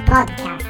Podcast.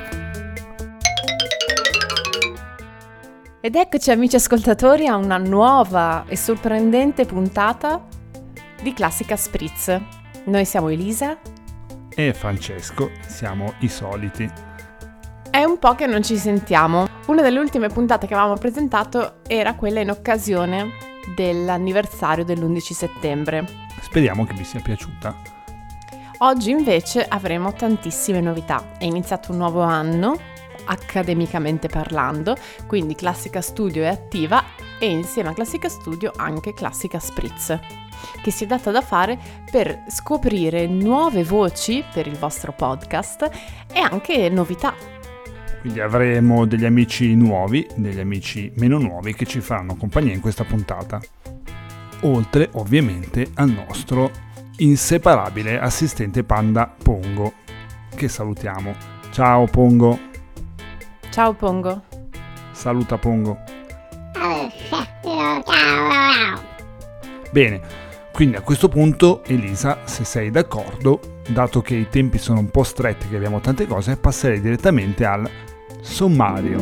Ed eccoci amici ascoltatori a una nuova e sorprendente puntata di Classica Spritz. Noi siamo Elisa e Francesco, siamo i soliti. È un po' che non ci sentiamo. Una delle ultime puntate che avevamo presentato era quella in occasione dell'anniversario dell'11 settembre. Speriamo che vi sia piaciuta. Oggi invece avremo tantissime novità. È iniziato un nuovo anno, accademicamente parlando, quindi Classica Studio è attiva e insieme a Classica Studio anche Classica Spritz, che si è data da fare per scoprire nuove voci per il vostro podcast e anche novità. Quindi avremo degli amici nuovi, degli amici meno nuovi che ci faranno compagnia in questa puntata. Oltre ovviamente al nostro inseparabile assistente panda Pongo, che salutiamo. Ciao Pongo. Ciao Pongo. Saluta Pongo. Ciao. Bene, quindi a questo punto Elisa, se sei d'accordo, dato che i tempi sono un po' stretti, che abbiamo tante cose, passerei direttamente al sommario.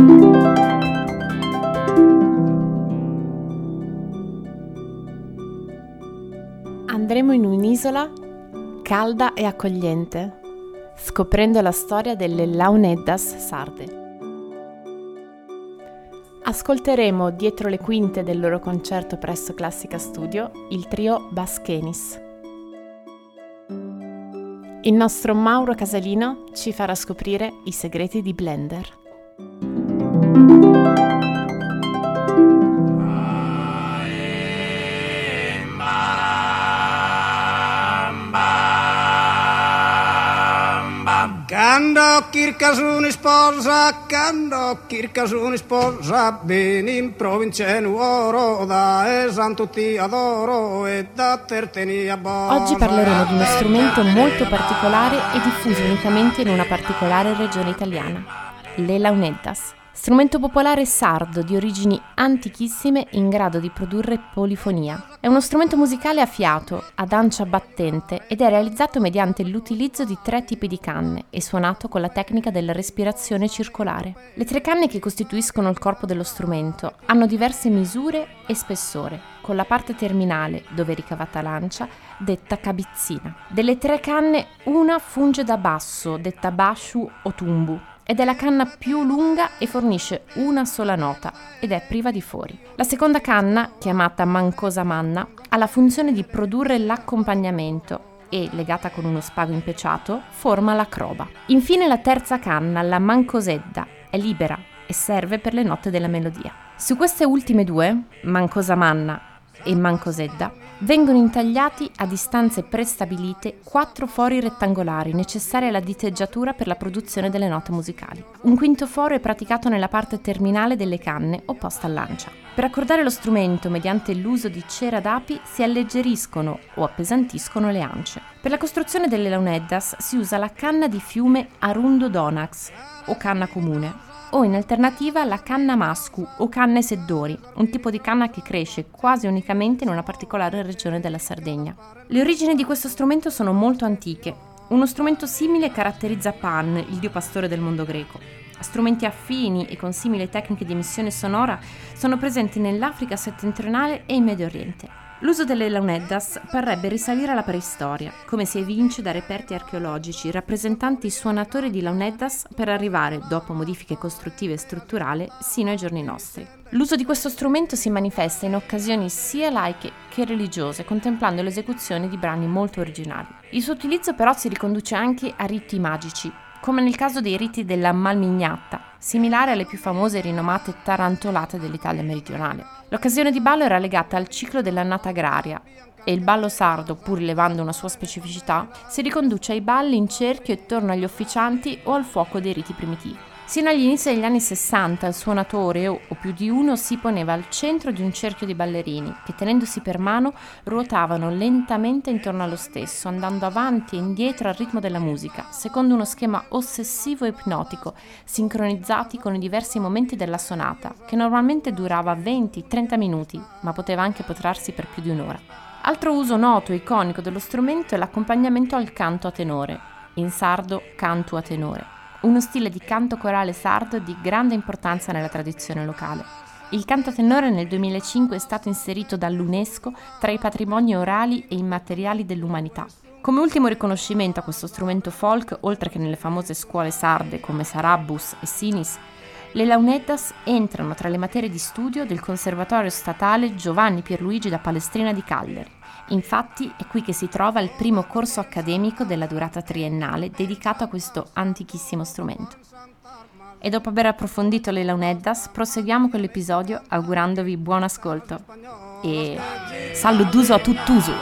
Andremo in un'isola calda e accogliente, scoprendo la storia delle Launeddas sarde. Ascolteremo dietro le quinte del loro concerto presso Classica Studio il trio Baschenis. Il nostro Mauro Casalino ci farà scoprire i segreti di Blender. Quando Kirkasuni sposa, bene in provincia nuoro, da esan tutti adoro e da tertenia bosa. Oggi parleremo di uno strumento molto particolare e diffuso unicamente in una particolare regione italiana, le Launeddas. Strumento popolare sardo di origini antichissime in grado di produrre polifonia. È uno strumento musicale a fiato, ad ancia battente ed è realizzato mediante l'utilizzo di 3 tipi di canne e suonato con la tecnica della respirazione circolare. Le 3 canne che costituiscono il corpo dello strumento hanno diverse misure e spessore, con la parte terminale, dove è ricavata l'ancia, detta cabizzina. Delle 3 canne, una funge da basso, detta basciu o tumbu, ed è la canna più lunga e fornisce una sola nota ed è priva di fori. La seconda canna, chiamata mancosa manna, ha la funzione di produrre l'accompagnamento e, legata con uno spago impeciato, forma la croba. Infine la terza canna, la mancosedda, è libera e serve per le note della melodia. Su queste ultime 2, mancosa manna e mancosedda, vengono intagliati a distanze prestabilite 4 fori rettangolari necessari alla diteggiatura per la produzione delle note musicali. Un quinto foro è praticato nella parte terminale delle canne opposta all'ancia. Per accordare lo strumento mediante l'uso di cera d'api si alleggeriscono o appesantiscono le ance. Per la costruzione delle Launeddas si usa la canna di fiume Arundo Donax o canna comune, o in alternativa la canna mascu o canne seddori, un tipo di canna che cresce quasi unicamente in una particolare regione della Sardegna. Le origini di questo strumento sono molto antiche. Uno strumento simile caratterizza Pan, il dio pastore del mondo greco. Strumenti affini e con simili tecniche di emissione sonora sono presenti nell'Africa settentrionale e in Medio Oriente. L'uso delle Launeddas parrebbe risalire alla preistoria, come si evince da reperti archeologici rappresentanti i suonatori di Launeddas per arrivare, dopo modifiche costruttive e strutturali, sino ai giorni nostri. L'uso di questo strumento si manifesta in occasioni sia laiche che religiose, contemplando l'esecuzione di brani molto originali. Il suo utilizzo però si riconduce anche a riti magici, come nel caso dei riti della Malmignatta, similare alle più famose e rinomate tarantolate dell'Italia meridionale. L'occasione di ballo era legata al ciclo dell'annata agraria e il ballo sardo, pur rilevando una sua specificità, si riconduce ai balli in cerchio attorno agli officianti o al fuoco dei riti primitivi. Sino agli inizi degli anni 60 il suonatore o più di uno si poneva al centro di un cerchio di ballerini che, tenendosi per mano, ruotavano lentamente intorno allo stesso, andando avanti e indietro al ritmo della musica, secondo uno schema ossessivo e ipnotico, sincronizzati con i diversi momenti della sonata, che normalmente durava 20-30 minuti, ma poteva anche protrarsi per più di un'ora. Altro uso noto e iconico dello strumento è l'accompagnamento al canto a tenore, in sardo cantu a tenore. uno stile di canto corale sardo di grande importanza nella tradizione locale. Il canto tenore nel 2005 è stato inserito dall'UNESCO tra i patrimoni orali e immateriali dell'umanità. Come ultimo riconoscimento a questo strumento folk, oltre che nelle famose scuole sarde come Sarabus e Sinis, le launeddas entrano tra le materie di studio del Conservatorio Statale Giovanni Pierluigi da Palestrina di Cagliari. Infatti è qui che si trova il primo corso accademico della durata triennale dedicato a questo antichissimo strumento. E dopo aver approfondito le launeddas, proseguiamo con l'episodio augurandovi buon ascolto. E saluduso a tuttuso!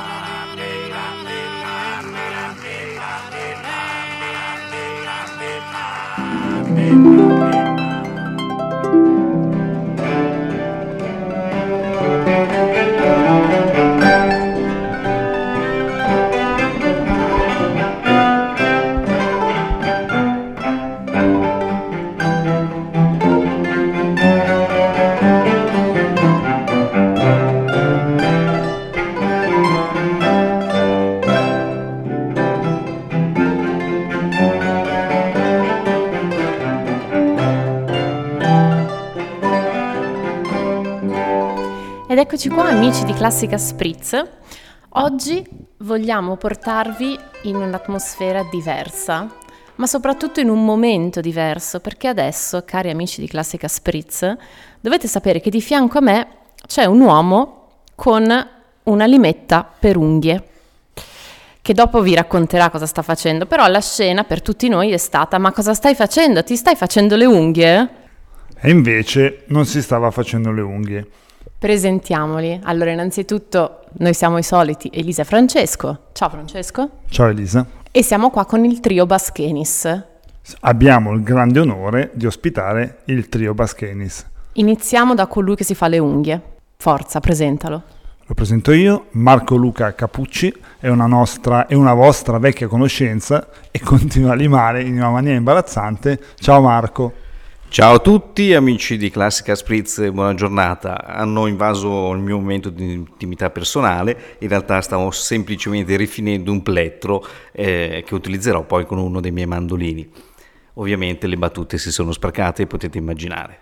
Ed eccoci qua amici di Classica Spritz. Oggi vogliamo portarvi in un'atmosfera diversa, ma soprattutto in un momento diverso, perché adesso, cari amici di Classica Spritz, dovete sapere che di fianco a me c'è un uomo con una limetta per unghie, che dopo vi racconterà cosa sta facendo, però la scena per tutti noi è stata: ma cosa stai facendo? Ti stai facendo le unghie? E invece non si stava facendo le unghie. Presentiamoli. Allora, innanzitutto, noi siamo i soliti Elisa e Francesco. Ciao Francesco. Ciao Elisa. E siamo qua con il trio Baschenis. Abbiamo il grande onore di ospitare il trio Baschenis. Iniziamo da colui che si fa le unghie. Forza, presentalo. Lo presento io, Marco Luca Capucci, è una vostra vecchia conoscenza e continua a limare in una maniera imbarazzante. Ciao Marco. Ciao a tutti amici di Classica Spritz, buona giornata. Hanno invaso il mio momento di intimità personale, in realtà stavo semplicemente rifinendo un plettro che utilizzerò poi con uno dei miei mandolini. Ovviamente le battute si sono sprecate, potete immaginare.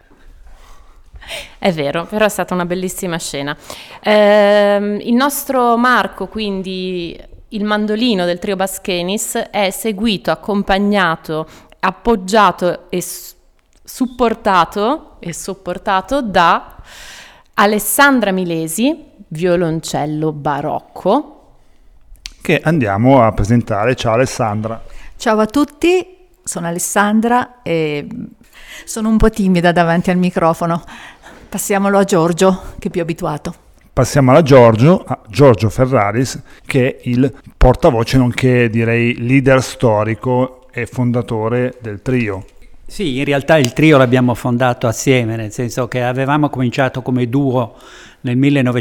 È vero, però è stata una bellissima scena. Il nostro Marco, quindi il mandolino del trio Baschenis, è seguito, accompagnato, appoggiato e supportato e sopportato da Alessandra Milesi, violoncello barocco, che andiamo a presentare. Ciao Alessandra. Ciao a tutti, sono Alessandra e sono un po' timida davanti al microfono. Passiamolo a Giorgio, che è più abituato. Passiamo a Giorgio Ferraris, che è il portavoce, nonché direi leader storico e fondatore del trio. Sì, in realtà il trio l'abbiamo fondato assieme, nel senso che avevamo cominciato come duo nel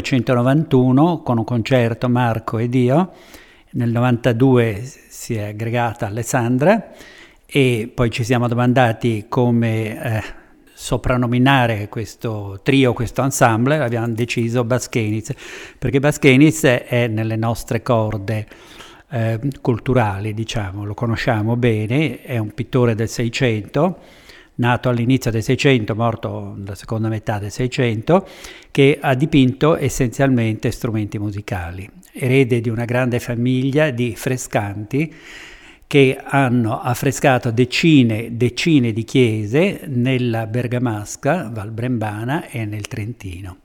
1991 con un concerto, Marco ed io. Nel 92 si è aggregata Alessandra e poi ci siamo domandati come soprannominare questo trio, questo ensemble. Abbiamo deciso Baschenis, perché Baschenis è nelle nostre corde culturali, diciamo, lo conosciamo bene, è un pittore del Seicento, nato all'inizio del Seicento, morto nella seconda metà del Seicento, che ha dipinto essenzialmente strumenti musicali, erede di una grande famiglia di frescanti che hanno affrescato decine di chiese nella Bergamasca, Val Brembana e nel Trentino.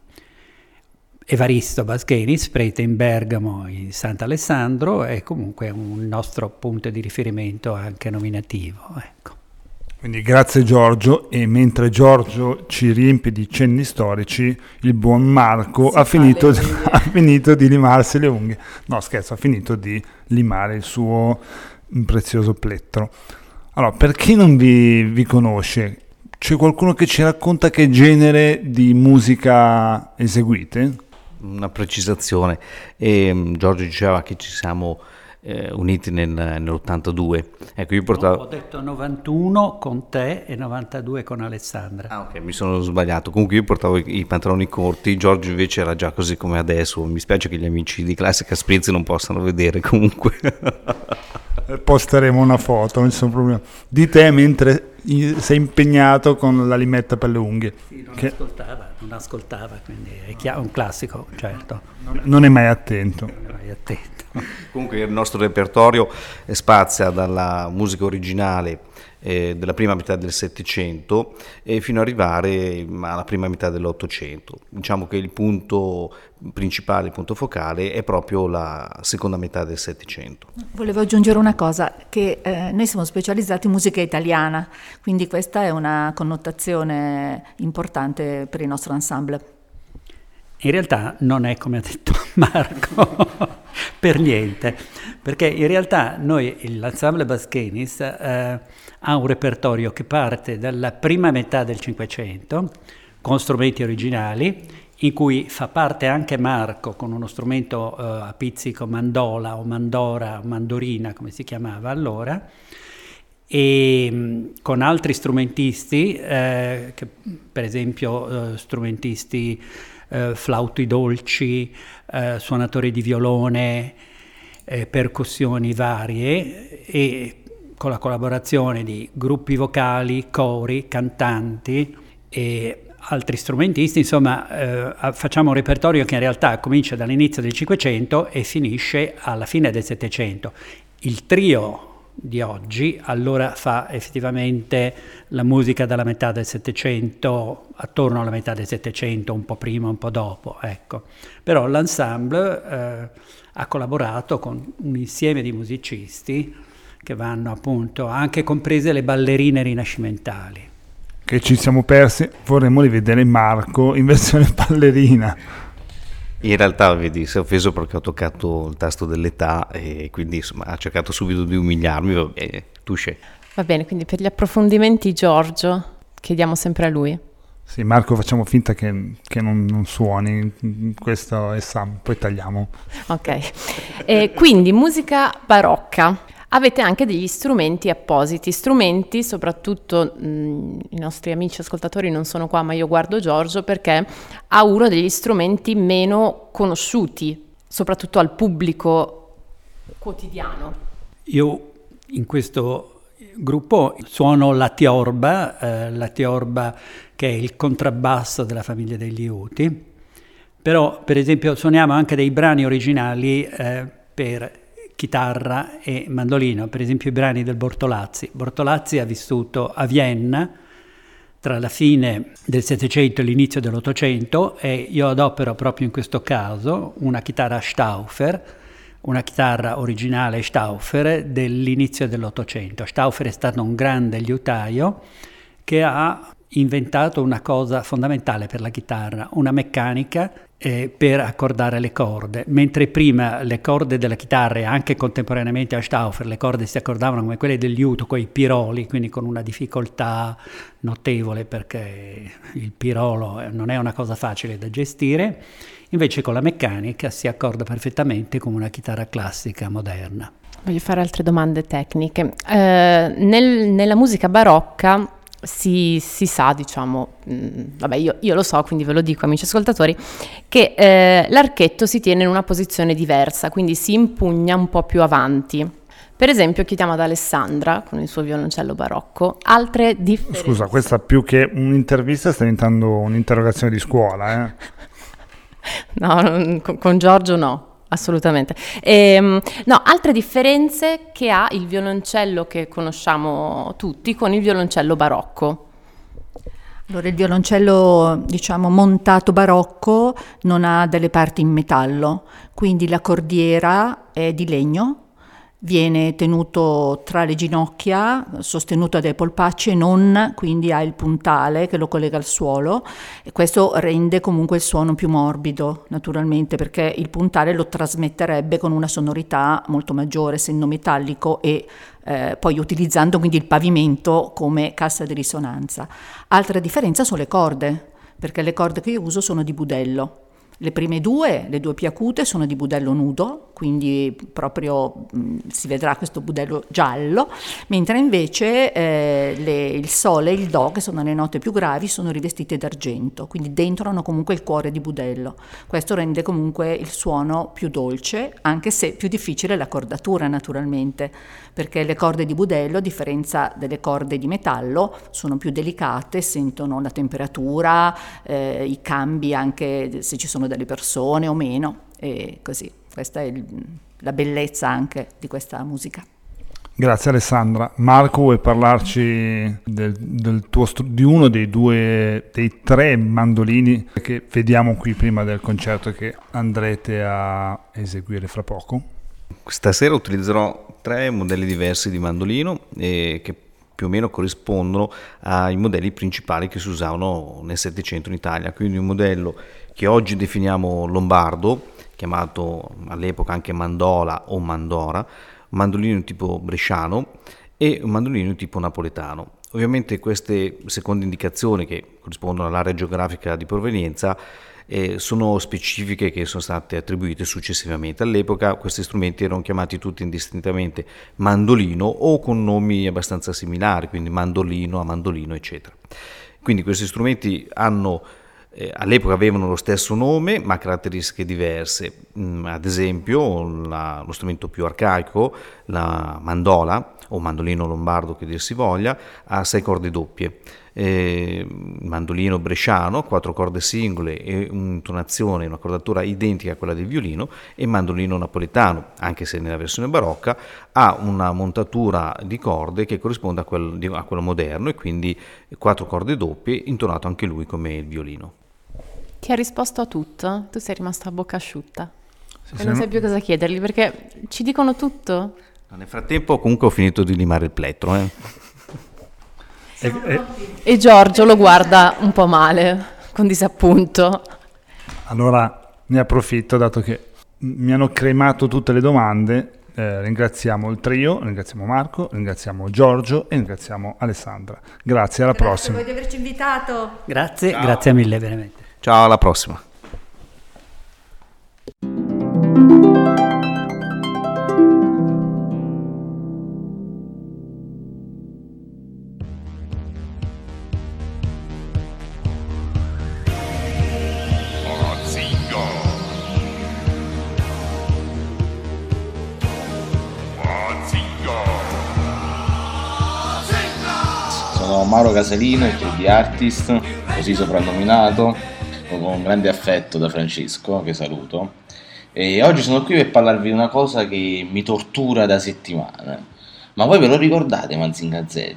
Evaristo Baschenis, prete in Bergamo, in Sant'Alessandro, è comunque un nostro punto di riferimento anche nominativo. Ecco. Quindi grazie Giorgio, e mentre Giorgio ci riempie di cenni storici, il buon Marco ha finito di limarsi le unghie. No scherzo, ha finito di limare il suo prezioso plettro. Allora, per chi non vi conosce, c'è qualcuno che ci racconta che genere di musica eseguite? Una precisazione, Giorgio diceva che ci siamo uniti nell'82. Ecco, io portavo... No, ho detto 91 con te e 92 con Alessandra. Ah, ok, mi sono sbagliato. Comunque io portavo i pantaloni corti, Giorgio invece era già così come adesso. Mi spiace che gli amici di Classica Spritz non possano vedere comunque. Posteremo una foto, non ci sono problemi. Di te mentre sei impegnato con la limetta per le unghie. Sì, non ascoltava, quindi è un classico, certo. Non è mai attento. Vai attento. Comunque il nostro repertorio spazia dalla musica originale della prima metà del Settecento fino ad arrivare alla prima metà dell'Ottocento. Diciamo che il punto principale, il punto focale è proprio la seconda metà del Settecento. Volevo aggiungere una cosa, che noi siamo specializzati in musica italiana, quindi questa è una connotazione importante per il nostro ensemble. In realtà non è come ha detto Marco, per niente, perché in realtà l'ensemble Baschenis ha un repertorio che parte dalla prima metà del Cinquecento, con strumenti originali, in cui fa parte anche Marco con uno strumento a pizzico, mandola o mandora, mandorina come si chiamava allora, e con altri strumentisti, che, per esempio strumentisti flauti dolci, suonatori di violone, percussioni varie, e con la collaborazione di gruppi vocali, cori, cantanti e altri strumentisti. Insomma, facciamo un repertorio che in realtà comincia dall'inizio del Cinquecento e finisce alla fine del Settecento. Il trio di oggi allora fa effettivamente la musica dalla metà del Settecento, attorno alla metà del Settecento, un po' prima, un po' dopo, ecco. Però l'ensemble ha collaborato con un insieme di musicisti che vanno appunto, anche comprese le ballerine rinascimentali. Che ci siamo persi, vorremmo rivedere Marco in versione ballerina. In realtà, vedi, si è offeso perché ho toccato il tasto dell'età e quindi insomma ha cercato subito di umiliarmi. Va bene, tu scegli. Va bene, quindi per gli approfondimenti Giorgio, chiediamo sempre a lui. Sì, Marco, facciamo finta che non suoni, questo è Sam, poi tagliamo. Ok, quindi musica barocca. Avete anche degli strumenti appositi, strumenti soprattutto i nostri amici ascoltatori non sono qua, ma io guardo Giorgio perché ha uno degli strumenti meno conosciuti, soprattutto al pubblico quotidiano. Io in questo gruppo suono la tiorba che è il contrabbasso della famiglia dei liuti, però per esempio suoniamo anche dei brani originali per chitarra e mandolino, per esempio i brani del Bortolazzi. Bortolazzi ha vissuto a Vienna tra la fine del Settecento e l'inizio dell'Ottocento e io adopero proprio in questo caso una chitarra Stauffer, una chitarra originale Stauffer dell'inizio dell'Ottocento. Stauffer è stato un grande liutaio che ha inventato una cosa fondamentale per la chitarra, una meccanica per accordare le corde. Mentre prima le corde della chitarra e anche contemporaneamente a Stauffer le corde si accordavano come quelle del liuto, con i piroli, quindi con una difficoltà notevole perché il pirolo non è una cosa facile da gestire, invece con la meccanica si accorda perfettamente come una chitarra classica moderna. Voglio fare altre domande tecniche. Nella musica barocca si sa, diciamo, vabbè io lo so, quindi ve lo dico amici ascoltatori, che l'archetto si tiene in una posizione diversa, quindi si impugna un po' più avanti. Per esempio chiediamo ad Alessandra, con il suo violoncello barocco, altre differenze. Scusa, questa più che un'intervista sta diventando un'interrogazione di scuola, eh? No, con Giorgio no. Assolutamente. No, altre differenze che ha il violoncello che conosciamo tutti con il violoncello barocco. Allora, il violoncello, diciamo, montato barocco non ha delle parti in metallo, quindi la cordiera è di legno, viene tenuto tra le ginocchia, sostenuto dai polpacci e non, quindi ha il puntale che lo collega al suolo e questo rende comunque il suono più morbido, naturalmente, perché il puntale lo trasmetterebbe con una sonorità molto maggiore, essendo metallico e poi utilizzando quindi il pavimento come cassa di risonanza. Altra differenza sono le corde, perché le corde che io uso sono di budello. Le prime due, le due più acute, sono di budello nudo, quindi proprio si vedrà questo budello giallo, mentre invece il Sol e il Do, che sono le note più gravi, sono rivestite d'argento, quindi dentro hanno comunque il cuore di budello. Questo rende comunque il suono più dolce, anche se più difficile la cordatura naturalmente, perché le corde di budello, a differenza delle corde di metallo, sono più delicate, sentono la temperatura, i cambi anche se ci sono delle persone o meno, e così. Questa è la bellezza anche di questa musica. Grazie Alessandra. Marco, vuoi parlarci di uno dei tre mandolini che vediamo qui prima del concerto che andrete a eseguire fra poco? Stasera utilizzerò 3 modelli diversi di mandolino che più o meno corrispondono ai modelli principali che si usavano nel Settecento in Italia, quindi un modello che oggi definiamo lombardo, chiamato all'epoca anche mandola o mandora, un mandolino tipo bresciano e un mandolino tipo napoletano. Ovviamente queste seconde indicazioni, che corrispondono all'area geografica di provenienza, sono specifiche che sono state attribuite successivamente. All'epoca questi strumenti erano chiamati tutti indistintamente mandolino o con nomi abbastanza similari, quindi mandolino, a mandolino, eccetera. Quindi questi strumenti all'epoca avevano lo stesso nome ma caratteristiche diverse. Ad esempio lo strumento più arcaico, la mandola o mandolino lombardo che dir si voglia, ha 6 corde doppie. Mandolino bresciano, 4 corde singole e un'intonazione, una cordatura identica a quella del violino, e mandolino napoletano, anche se nella versione barocca, ha una montatura di corde che corrisponde a quello moderno, e quindi 4 corde doppie, intonato anche lui come il violino. Ti ha risposto a tutto? Tu sei rimasto a bocca asciutta e non sai più cosa chiedergli, perché ci dicono tutto. Nel frattempo comunque ho finito di limare il plettro. E Giorgio lo guarda un po' male, con disappunto. Allora ne approfitto, dato che mi hanno cremato tutte le domande. Ringraziamo il trio, ringraziamo Marco, ringraziamo Giorgio e ringraziamo Alessandra. Grazie, alla prossima. Grazie a voi di averci invitato. Grazie, grazie mille veramente. Ciao, alla prossima. Sono Mauro Casalino, il 3D artist, così soprannominato, con grande affetto da Francesco, che saluto. E oggi sono qui per parlarvi di una cosa che mi tortura da settimane. Ma voi ve lo ricordate Mazinga Z?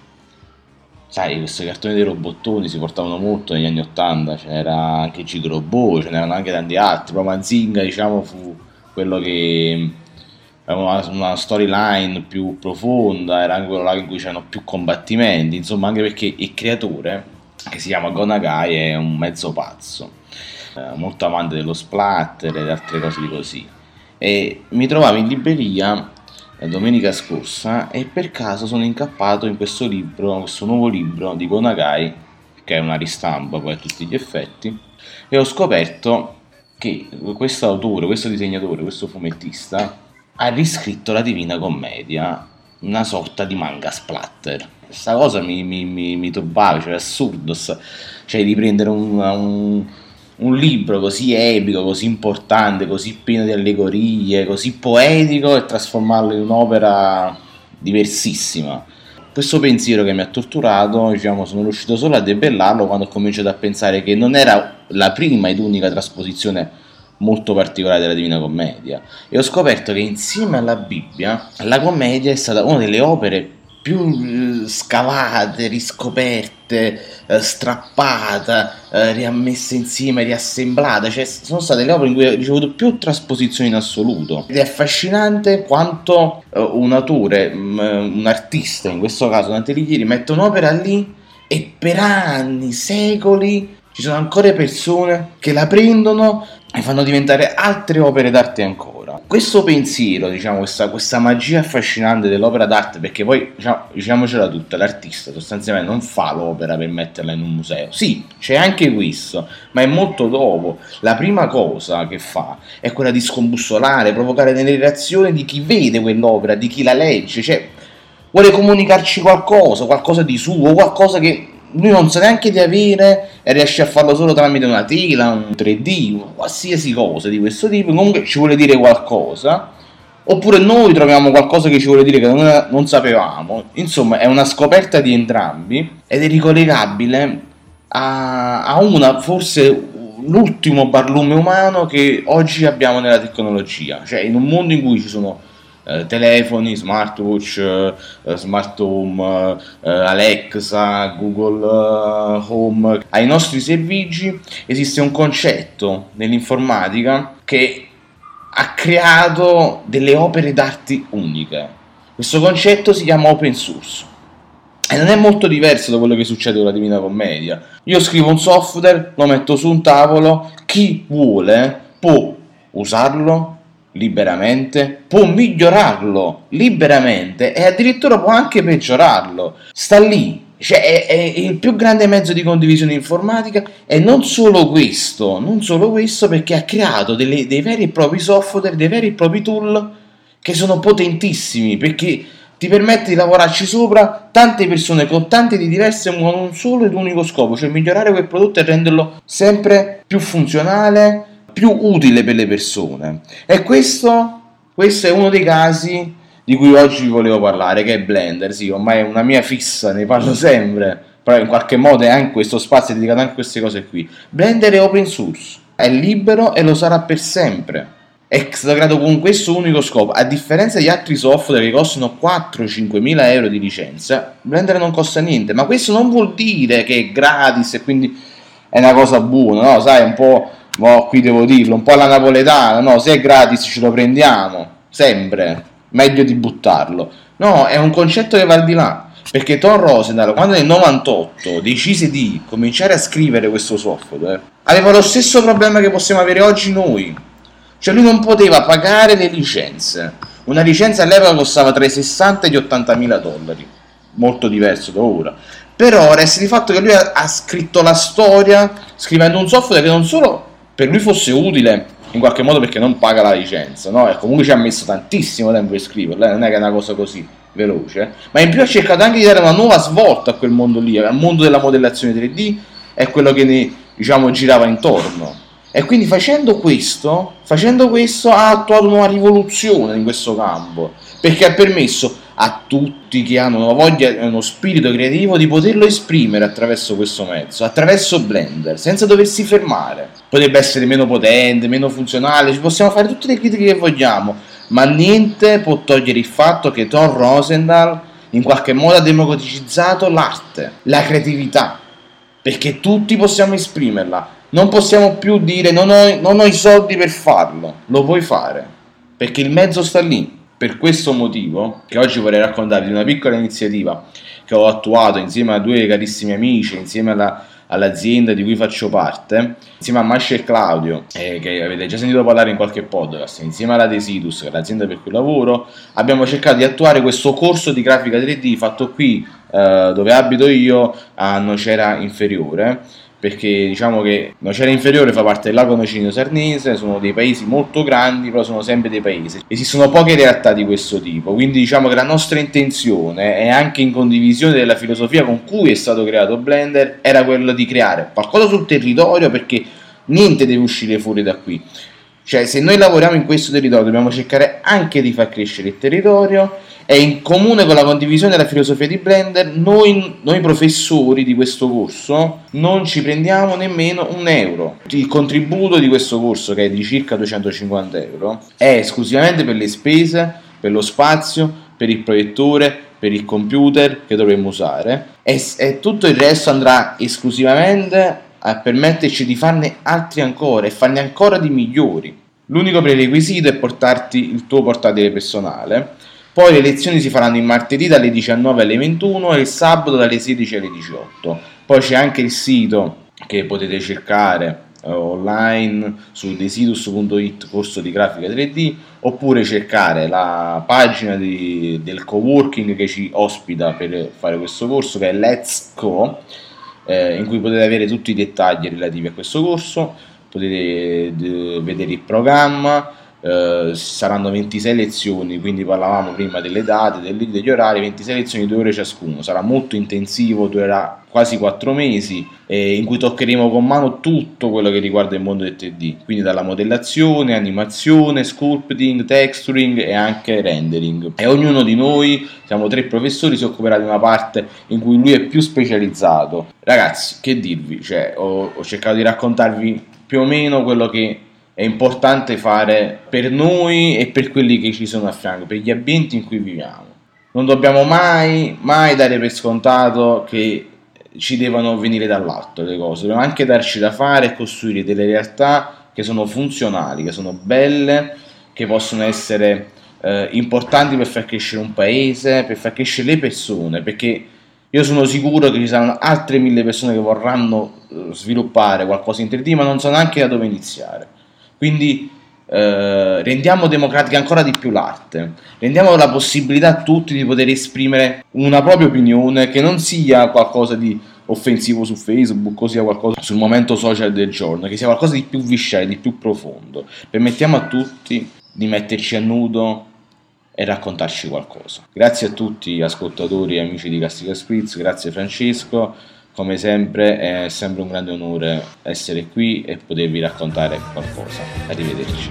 Sai, questi cartoni dei robottoni si portavano molto negli anni '80, ce n'era anche Gigo Robot, ce n'erano anche tanti altri, però Mazinga, diciamo, fu quello che aveva una storyline più profonda, era anche quello là in cui c'erano più combattimenti, insomma, anche perché il creatore, che si chiama Go Nagai, è un mezzo pazzo, molto amante dello splatter ed altre cose di così. E mi trovavo in libreria domenica scorsa e per caso sono incappato in questo nuovo libro di Go Nagai, che è una ristampa poi a tutti gli effetti, e ho scoperto che questo autore, questo disegnatore, questo fumettista ha riscritto la Divina Commedia, una sorta di manga splatter. Questa cosa mi turbava, cioè è assurdo, cioè di prendere un libro così epico, così importante, così pieno di allegorie, così poetico, e trasformarlo in un'opera diversissima. Questo pensiero che mi ha torturato, diciamo, sono riuscito solo a debellarlo quando ho cominciato a pensare che non era la prima ed unica trasposizione molto particolare della Divina Commedia, e ho scoperto che insieme alla Bibbia la commedia è stata una delle opere più scavate, riscoperte, strappata, riammesse insieme, riassemblata, cioè sono state le opere in cui ho ricevuto più trasposizioni in assoluto, ed è affascinante quanto un autore, un artista, in questo caso Dante Alighieri, mette un'opera lì e per anni, secoli ci sono ancora persone che la prendono e fanno diventare altre opere d'arte ancora. questo pensiero, diciamo, questa magia affascinante dell'opera d'arte, perché poi, diciamocela tutta, l'artista sostanzialmente non fa l'opera per metterla in un museo. Sì, c'è anche questo, ma è molto dopo. La prima cosa che fa è quella di scombussolare, provocare delle reazioni di chi vede quell'opera, di chi la legge, cioè vuole comunicarci qualcosa di suo, qualcosa che lui non sa neanche di avere e riesce a farlo solo tramite una tela, un 3D, qualsiasi cosa di questo tipo. Comunque ci vuole dire qualcosa, oppure noi troviamo qualcosa che ci vuole dire che non sapevamo. Insomma, è una scoperta di entrambi ed è ricollegabile a forse l'ultimo barlume umano che oggi abbiamo nella tecnologia. Cioè, in un mondo in cui ci sono telefoni, smartwatch, smart home, Alexa, Google Home, ai nostri servigi, esiste un concetto nell'informatica che ha creato delle opere d'arte uniche. Questo concetto si chiama open source e non è molto diverso da quello che succede con la Divina Commedia. Io scrivo un software, lo metto su un tavolo, chi vuole può usarlo liberamente, può migliorarlo liberamente e addirittura può anche peggiorarlo. Sta lì, cioè è il più grande mezzo di condivisione informatica. E non solo questo, perché ha creato dei veri e propri software, dei veri e propri tool che sono potentissimi, perché ti permette di lavorarci sopra tante persone con tante di diverse, con un solo ed unico scopo, cioè migliorare quel prodotto e renderlo sempre più funzionale, più utile per le persone. E questo è uno dei casi di cui oggi vi volevo parlare, che è Blender. Sì, ormai è una mia fissa, ne parlo sempre, però in qualche modo è anche questo spazio è dedicato anche a queste cose qui. Blender è open source, è libero e lo sarà per sempre. È stato creato con questo unico scopo. A differenza di altri software che costano 4-5 mila euro di licenza, Blender non costa niente, ma questo non vuol dire che è gratis e quindi è una cosa buona, no? Sai, un po', qui devo dirlo, un po' alla napoletana, no? Se è gratis ce lo prendiamo, sempre, meglio di buttarlo. No, è un concetto che va al di là, perché Tom Rosenthal, quando nel 98 decise di cominciare a scrivere questo software, aveva lo stesso problema che possiamo avere oggi noi. Cioè lui non poteva pagare le licenze. Una licenza all'epoca costava tra i 60 e gli 80 mila dollari, molto diverso da ora. Però resta di fatto che lui ha scritto la storia scrivendo un software che non solo per lui fosse utile in qualche modo perché non paga la licenza, no? E comunque ci ha messo tantissimo tempo per scriverla, non è che è una cosa così veloce, ma in più ha cercato anche di dare una nuova svolta a quel mondo lì, al mondo della modellazione 3D e quello che ne, girava intorno. E quindi facendo questo ha attuato una rivoluzione in questo campo, perché ha permesso a tutti che hanno una voglia e uno spirito creativo di poterlo esprimere attraverso questo mezzo, attraverso Blender, senza doversi fermare. Potrebbe essere meno potente, meno funzionale, ci possiamo fare tutte le critiche che vogliamo, ma niente può togliere il fatto che Tom Rosenthal in qualche modo ha democratizzato l'arte, la creatività, perché tutti possiamo esprimerla. Non possiamo più dire non ho i soldi per farlo, lo puoi fare, perché il mezzo sta lì. Per questo motivo, che oggi vorrei raccontarvi di una piccola iniziativa che ho attuato insieme a due carissimi amici, insieme all'azienda di cui faccio parte, insieme a Mascia e Claudio, che avete già sentito parlare in qualche podcast, insieme alla Desidus, che è l'azienda per cui lavoro, abbiamo cercato di attuare questo corso di grafica 3D fatto qui dove abito io a Nocera Inferiore, perché diciamo che Nocera Inferiore fa parte del lago Nocinio Sarnese, sono dei paesi molto grandi, però sono sempre dei paesi. Esistono poche realtà di questo tipo, quindi diciamo che la nostra intenzione è anche in condivisione della filosofia con cui è stato creato Blender, era quella di creare qualcosa sul territorio, perché niente deve uscire fuori da qui. Cioè, se noi lavoriamo in questo territorio dobbiamo cercare anche di far crescere il territorio, e in comune con la condivisione della filosofia di Blender noi professori di questo corso non ci prendiamo nemmeno un euro. Il contributo di questo corso, che è di circa 250 euro, è esclusivamente per le spese, per lo spazio, per il proiettore, per il computer che dovremmo usare, e tutto il resto andrà esclusivamente a permetterci di farne altri ancora e farne ancora di migliori. L'unico prerequisito è portarti il tuo portatile personale. Poi le lezioni si faranno il martedì dalle 19 alle 21 e il sabato dalle 16 alle 18. Poi c'è anche il sito che potete cercare online su desidus.it corso di grafica 3D, oppure cercare la pagina del coworking che ci ospita per fare questo corso, che è Let's Co, in cui potete avere tutti i dettagli relativi a questo corso, potete vedere il programma. Saranno 26 lezioni, quindi parlavamo prima delle date, degli orari, 26 lezioni, 2 ore ciascuno. Sarà molto intensivo, durerà quasi 4 mesi, in cui toccheremo con mano tutto quello che riguarda il mondo del 3D, quindi dalla modellazione, animazione, sculpting, texturing e anche rendering. E ognuno di noi, siamo 3 professori, si occuperà di una parte in cui lui è più specializzato. Ragazzi, che dirvi, cioè, ho cercato di raccontarvi più o meno quello che è importante fare per noi e per quelli che ci sono a fianco, per gli ambienti in cui viviamo. Non dobbiamo mai dare per scontato che ci devono venire dall'alto le cose, dobbiamo anche darci da fare e costruire delle realtà che sono funzionali, che sono belle, che possono essere importanti per far crescere un paese, per far crescere le persone, perché io sono sicuro che ci saranno altre 1000 persone che vorranno sviluppare qualcosa in 3D, ma non sanno neanche da dove iniziare. Quindi rendiamo democratica ancora di più l'arte, rendiamo la possibilità a tutti di poter esprimere una propria opinione, che non sia qualcosa di offensivo su Facebook o sia qualcosa sul momento social del giorno, che sia qualcosa di più viscerale, di più profondo. Permettiamo a tutti di metterci a nudo e raccontarci qualcosa. Grazie a tutti ascoltatori e amici di Castiga Spritz, grazie Francesco. Come sempre è sempre un grande onore essere qui e potervi raccontare qualcosa. Arrivederci.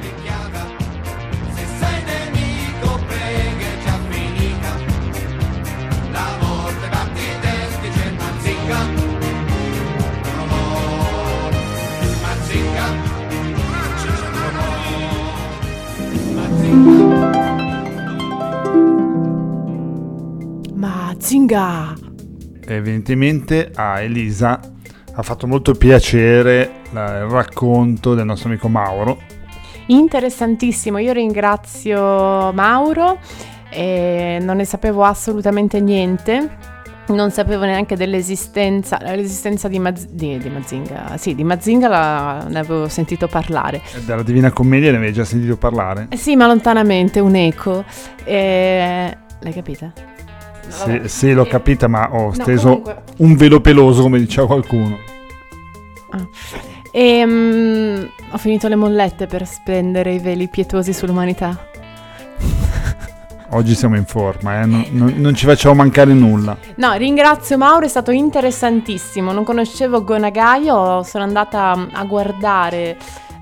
Mazinga! Evidentemente a Elisa ha fatto molto piacere il racconto del nostro amico Mauro. Interessantissimo, io ringrazio Mauro, non ne sapevo assolutamente niente, non sapevo neanche l'esistenza di Mazinga. Sì, di Mazinga ne avevo sentito parlare. Della Divina Commedia ne avevi già sentito parlare? Sì, ma lontanamente, un eco. L'hai capita? Sì, l'ho capita, ma ho steso un velo peloso, come diceva qualcuno. Ho finito le mollette per spendere i veli pietosi sull'umanità. Oggi siamo in forma, non ci facciamo mancare nulla. No, ringrazio Mauro, è stato interessantissimo. Non conoscevo Gonagaio, sono andata a guardare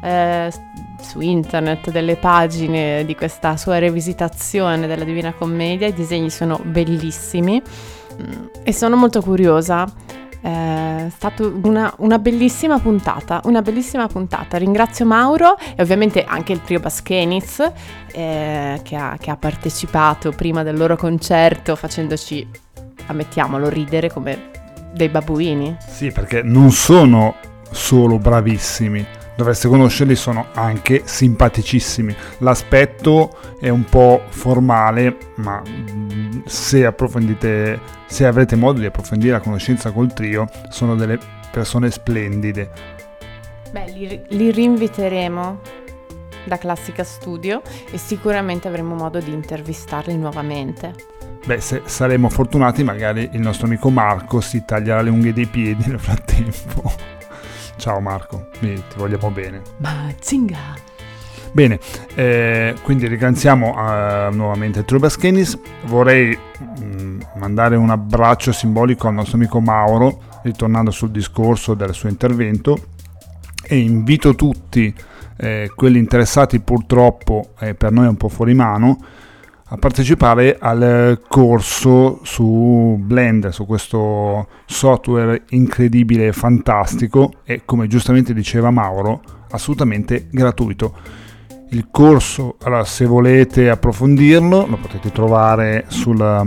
su internet delle pagine di questa sua rivisitazione della Divina Commedia. I disegni sono bellissimi e sono molto curiosa. È stata una bellissima puntata, Ringrazio Mauro e ovviamente anche il trio Baschenis che ha partecipato prima del loro concerto facendoci, ammettiamolo, ridere come dei babbuini. Sì, perché non sono solo bravissimi, dovreste conoscerli, sono anche simpaticissimi. L'aspetto è un po' formale, ma se avrete modo di approfondire la conoscenza col trio, sono delle persone splendide. Beh, li rinviteremo da Classica Studio e sicuramente avremo modo di intervistarli nuovamente. Beh, se saremo fortunati, magari il nostro amico Marco si taglierà le unghie dei piedi nel frattempo. Ciao Marco, ti vogliamo bene. Mazinga! Bene, quindi ringraziamo nuovamente il trio Baschenis. Vorrei mandare un abbraccio simbolico al nostro amico Mauro, ritornando sul discorso del suo intervento, e invito tutti quelli interessati, purtroppo per noi è un po' fuori mano, a partecipare al corso su Blender, su questo software incredibile e fantastico e, come giustamente diceva Mauro, assolutamente gratuito. Il corso, allora, se volete approfondirlo, lo potete trovare sulla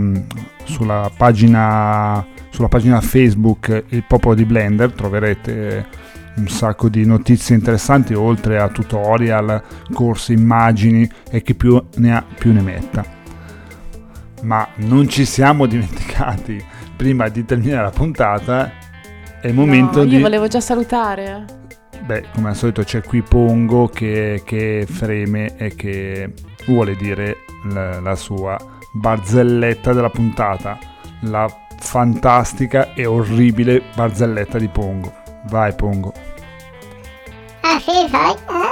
pagina Facebook Il Popolo di Blender. Troverete un sacco di notizie interessanti, oltre a tutorial, corsi, immagini, e chi più ne ha più ne metta. Ma non ci siamo dimenticati, prima di terminare la puntata è il momento io volevo già salutare. Beh, come al solito c'è qui Pongo che freme e che vuole dire la sua barzelletta della puntata, la fantastica e orribile barzelletta di Pongo. Vai Pongo. Ah sì, sai?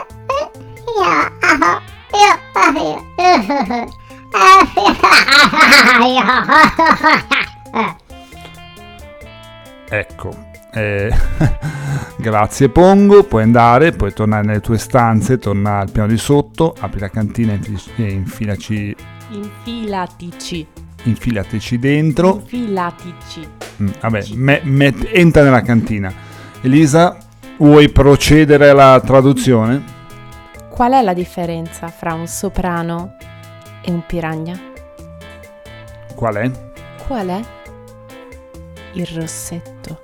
Ecco, grazie Pongo, puoi andare, puoi tornare nelle tue stanze, torna al piano di sotto, apri la cantina e infilatici dentro. Infilatici. Vabbè, entra nella cantina. Elisa, vuoi procedere alla traduzione? Qual è la differenza fra un soprano e un piranha? Qual è? Qual è? Il rossetto.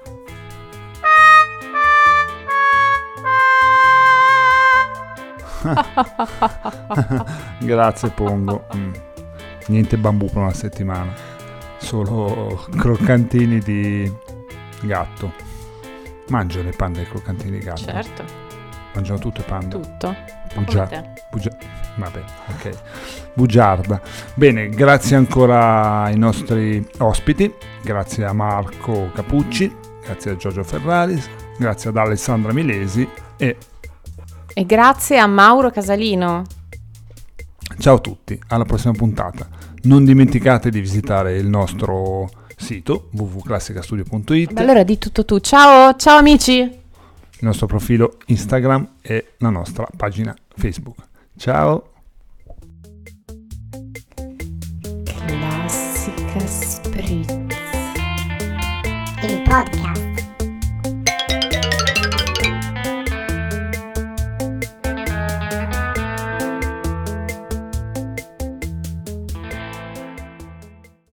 Grazie Pongo. Niente bambù per una settimana, solo croccantini di gatto. Mangiano le panda i croccantini di gatto? Certo. Mangiano tutto i panda? Tutto. Vabbè, ok. Bugiarda. Bene, grazie ancora ai nostri ospiti, grazie a Marco Capucci, grazie a Giorgio Ferraris, grazie ad Alessandra Milesi e grazie a Mauro Casalino. ciao a tutti, alla prossima puntata. Non dimenticate di visitare il nostro sito www.classicastudio.it. Allora di tutto tu. Ciao amici. Il nostro profilo Instagram e la nostra pagina Facebook. Ciao. Classica